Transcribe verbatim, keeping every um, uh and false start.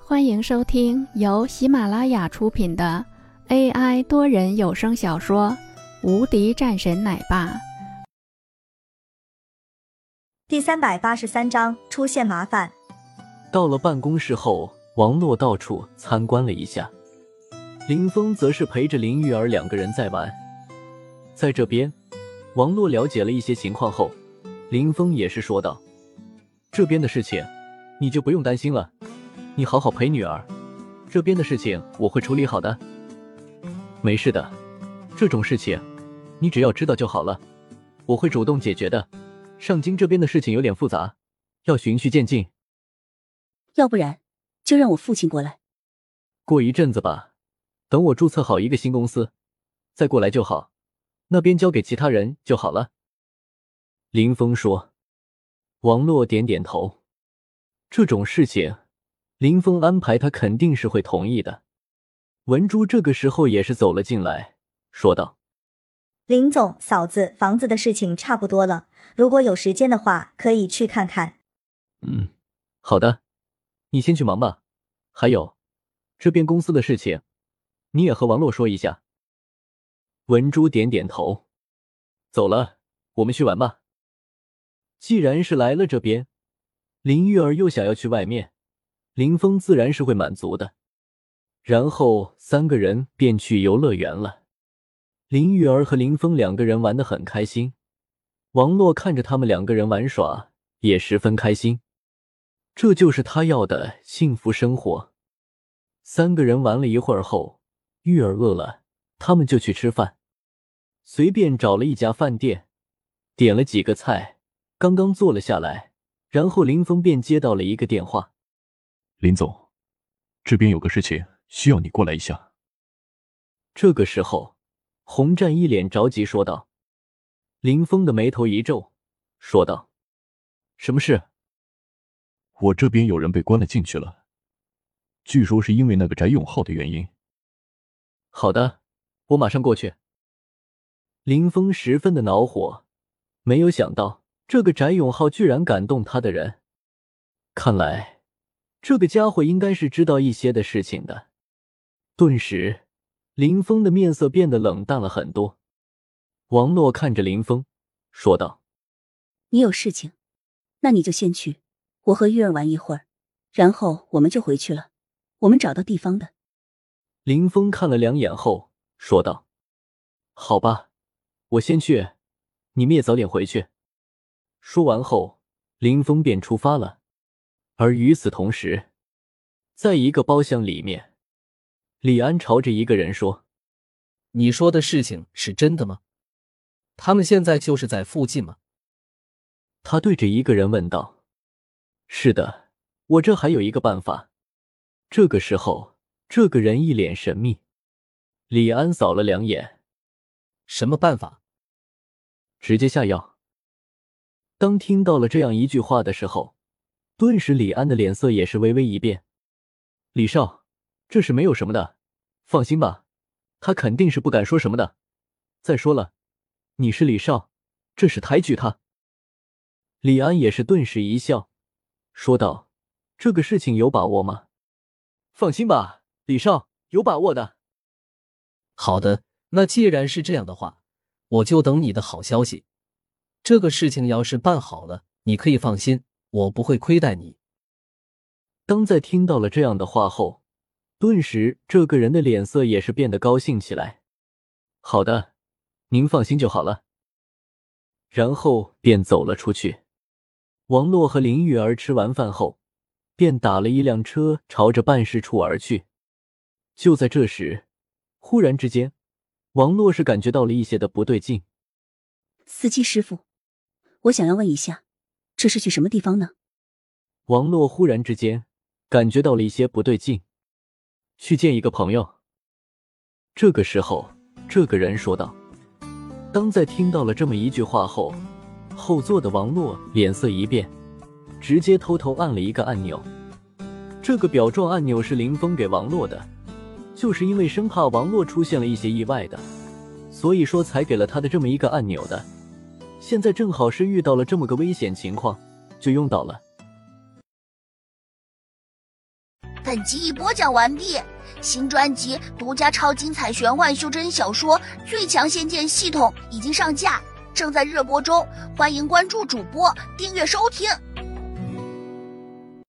欢迎收听由喜马拉雅出品的 A I 多人有声小说《无敌战神奶爸》 第三百八十三章出现麻烦。 到了办公室后，王洛到处参观了一下，林峰则是陪着林玉儿两个人在玩。在这边，王洛了解了一些情况后，林峰也是说道：这边的事情你就不用担心了，你好好陪女儿，这边的事情我会处理好的。没事的，这种事情你只要知道就好了，我会主动解决的。上京这边的事情有点复杂，要循序渐进。 要不然就让我父亲过来。 过一阵子吧，等我注册好一个新公司再过来就好，那边交给其他人就好了。林峰说。王洛点点头，这种事情林峰安排他肯定是会同意的。文珠这个时候也是走了进来，说道： 林总，嫂子房子的事情差不多了，如果有时间的话可以去看看。 嗯，好的，你先去忙吧。还有这边公司的事情你也和王洛说一下。文珠点点头，走了，我们去玩吧。既然是来了这边，林玉儿又想要去外面，林峰自然是会满足的。然后三个人便去游乐园了。林玉儿和林峰两个人玩得很开心，王洛看着他们两个人玩耍也十分开心，这就是他要的幸福生活。三个人玩了一会儿后，玉儿饿了，他们就去吃饭。随便找了一家饭店，点了几个菜，刚刚坐了下来，然后林峰便接到了一个电话。 林总，这边有个事情需要你过来一下。 这个时候洪战一脸着急说道。林峰的眉头一皱，说道：什么事？ 我这边有人被关了进去了，据说是因为那个翟永浩的原因。 好的，我马上过去。林峰十分的恼火，没有想到这个翟永浩居然敢动他的人，看来这个家伙应该是知道一些的事情的。顿时林峰的面色变得冷淡了很多。王洛看着林峰说道： 你有事情，那你就先去，我和玉儿玩一会儿，然后我们就回去了，我们找到地方的。 林峰看了两眼后说道：好吧，我先去，你们也早点回去。说完后林峰便出发了。而与此同时，在一个包厢里面，李安朝着一个人说： 你说的事情是真的吗？他们现在就是在附近吗？ 他对着一个人问道：是的，我这还有一个办法。这个时候这个人一脸神秘。李安扫了两眼： 什么办法？ 直接下药。当听到了这样一句话的时候，顿时李安的脸色也是微微一变。李少，这是没有什么的，放心吧，他肯定是不敢说什么的。再说了，你是李少，这是抬举他。李安也是顿时一笑，说道：这个事情有把握吗？放心吧，李少，有把握的。 好的，那既然是这样的话，我就等你的好消息。这个事情要是办好了，你可以放心，我不会亏待你。 当在听到了这样的话后，顿时这个人的脸色也是变得高兴起来。好的，您放心就好了。然后便走了出去。王洛和林玉儿吃完饭后，便打了一辆车朝着办事处而去。就在这时，忽然之间，王洛是感觉到了一些的不对劲。 司机师傅，我想要问一下，这是去什么地方呢？ 王洛忽然之间感觉到了一些不对劲。去见一个朋友。这个时候这个人说道。当在听到了这么一句话后，后座的王洛脸色一变，直接偷偷按了一个按钮。这个表状按钮是林峰给王洛的，就是因为生怕王洛出现了一些意外的，所以说才给了他的这么一个按钮的。现在正好是遇到了这么个危险情况，就用到了。 本集已播讲完毕。新专辑独家超精彩玄幻修真小说《最强仙剑系统》已经上架，正在热播中，欢迎关注主播，订阅收听。